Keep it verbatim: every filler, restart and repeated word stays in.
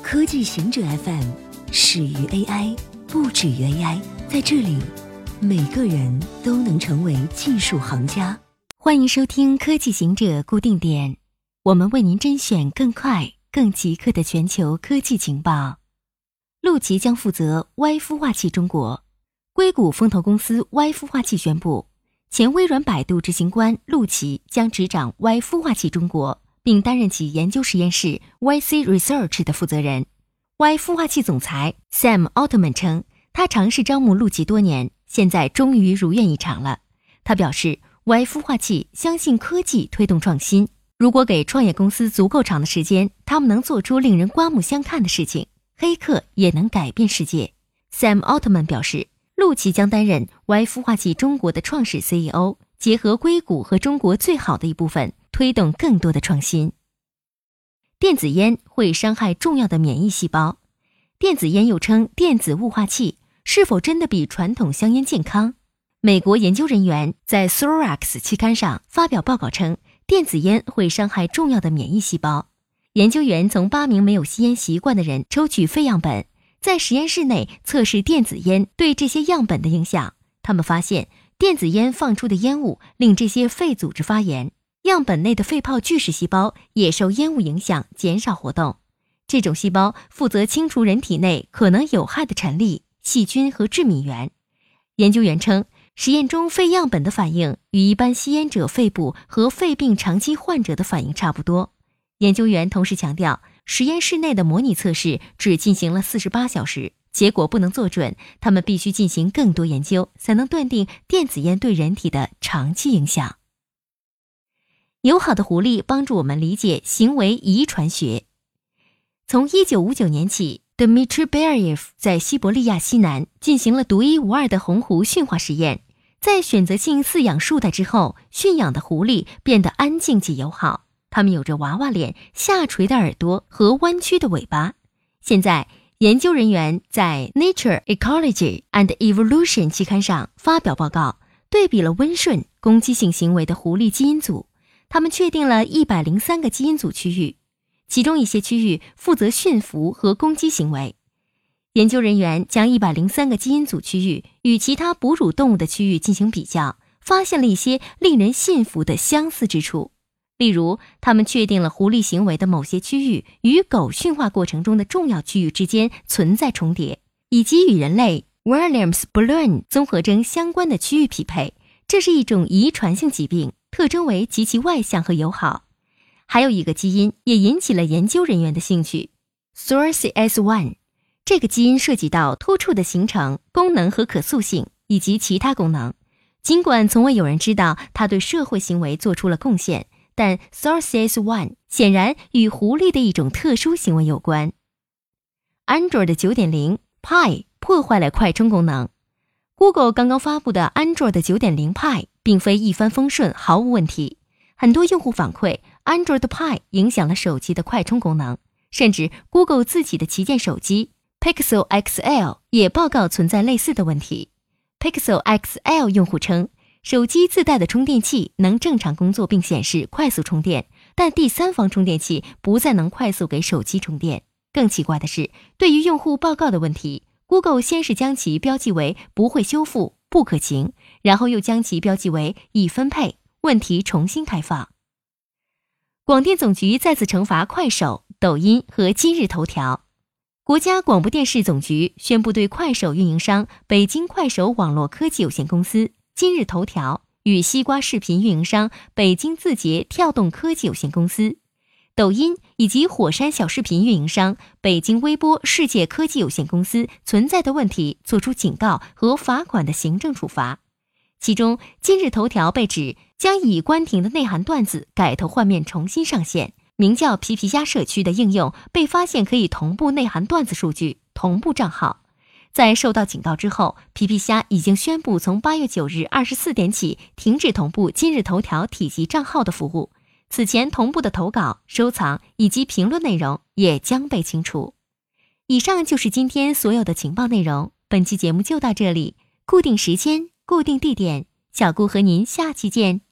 科技行者 F M 始于 A I， 不止于 A I。 在这里，每个人都能成为技术行家。 欢迎收听科技行者固定点，我们为您甄选更快、更即刻的全球科技情报。陆琪将负责 Y 孵化器中国。硅谷风投公司 Y 孵化器宣布，前微软百度执行官陆琪将执掌 Y 孵化器中国，并担任其研究实验室 Y C Research 的负责人。Y 孵化器总裁 Sam Altman 称，他尝试招募陆琪多年，现在终于如愿以偿了。他表示 Y 孵化器相信科技推动创新，如果给创业公司足够长的时间，他们能做出令人刮目相看的事情，黑客也能改变世界。 Sam Altman 表示，陆琪将担任 Y 孵化器中国的创始 C E O， 结合硅谷和中国最好的一部分，推动更多的创新。电子烟会伤害重要的免疫细胞。电子烟又称电子雾化器，是否真的比传统香烟健康？美国研究人员在 Thorax 期刊上发表报告称，电子烟会伤害重要的免疫细胞。研究员从八名没有吸烟习惯的人抽取肺样本，在实验室内测试电子烟对这些样本的影响。他们发现，电子烟放出的烟雾令这些肺组织发炎，样本内的肺泡巨噬细胞也受烟雾影响减少活动。这种细胞负责清除人体内可能有害的尘粒、细菌和致敏原。研究员称，实验中肺样本的反应与一般吸烟者肺部和肺病长期患者的反应差不多。研究员同时强调，实验室内的模拟测试只进行了四十八小时，结果不能做准，他们必须进行更多研究，才能断定电子烟对人体的长期影响。友好的狐狸帮助我们理解行为遗传学。从一九五九年起， Dmitry Beriev 在西伯利亚西南进行了独一无二的红狐驯化实验。在选择性饲养数代之后，驯养的狐狸变得安静且友好，它们有着娃娃脸、下垂的耳朵和弯曲的尾巴。现在，研究人员在 Nature Ecology and Evolution 期刊上发表报告，对比了温顺、攻击性行为的狐狸基因组。他们确定了一百零三个基因组区域，其中一些区域负责驯服和攻击行为。研究人员将一百零三个基因组区域与其他哺乳动物的区域进行比较，发现了一些令人信服的相似之处。例如，他们确定了狐狸行为的某些区域与狗驯化过程中的重要区域之间存在重叠，以及与人类 Williams-Blouin 综合征相关的区域匹配。这是一种遗传性疾病，特征为极其外向和友好。还有一个基因也引起了研究人员的兴趣 S O R C S 一， 这个基因涉及到突触的形成、功能和可塑性以及其他功能。尽管从未有人知道它对社会行为做出了贡献，但 S O R C S 一 显然与狐狸的一种特殊行为有关。Android 九点零 Pie 破坏了快充功能。Google 刚刚发布的 Android 九点零 Pie 并非一帆风顺，毫无问题。很多用户反馈 Android Pie 影响了手机的快充功能，甚至 Google 自己的旗舰手机 Pixel X L 也报告存在类似的问题。Pixel X L 用户称，手机自带的充电器能正常工作并显示快速充电，但第三方充电器不再能快速给手机充电。更奇怪的是，对于用户报告的问题， Google 先是将其标记为不会修复、不可行，然后又将其标记为已分配，问题重新开放。广电总局再次惩罚快手、抖音和今日头条。国家广播电视总局宣布对快手运营商北京快手网络科技有限公司、今日头条与西瓜视频运营商北京字节跳动科技有限公司、抖音以及火山小视频运营商北京微波世界科技有限公司存在的问题作出警告和罚款的行政处罚。其中，今日头条被指将已关停的内涵段子改头换面重新上线，名叫皮皮虾社区的应用被发现可以同步内涵段子数据，同步账号。在受到警告之后，皮皮虾已经宣布从八月九日二十四点起停止同步今日头条体系账号的服务。此前同步的投稿、收藏以及评论内容也将被清除。以上就是今天所有的情报内容，本期节目就到这里，固定时间，固定地点，小顾和您下期见。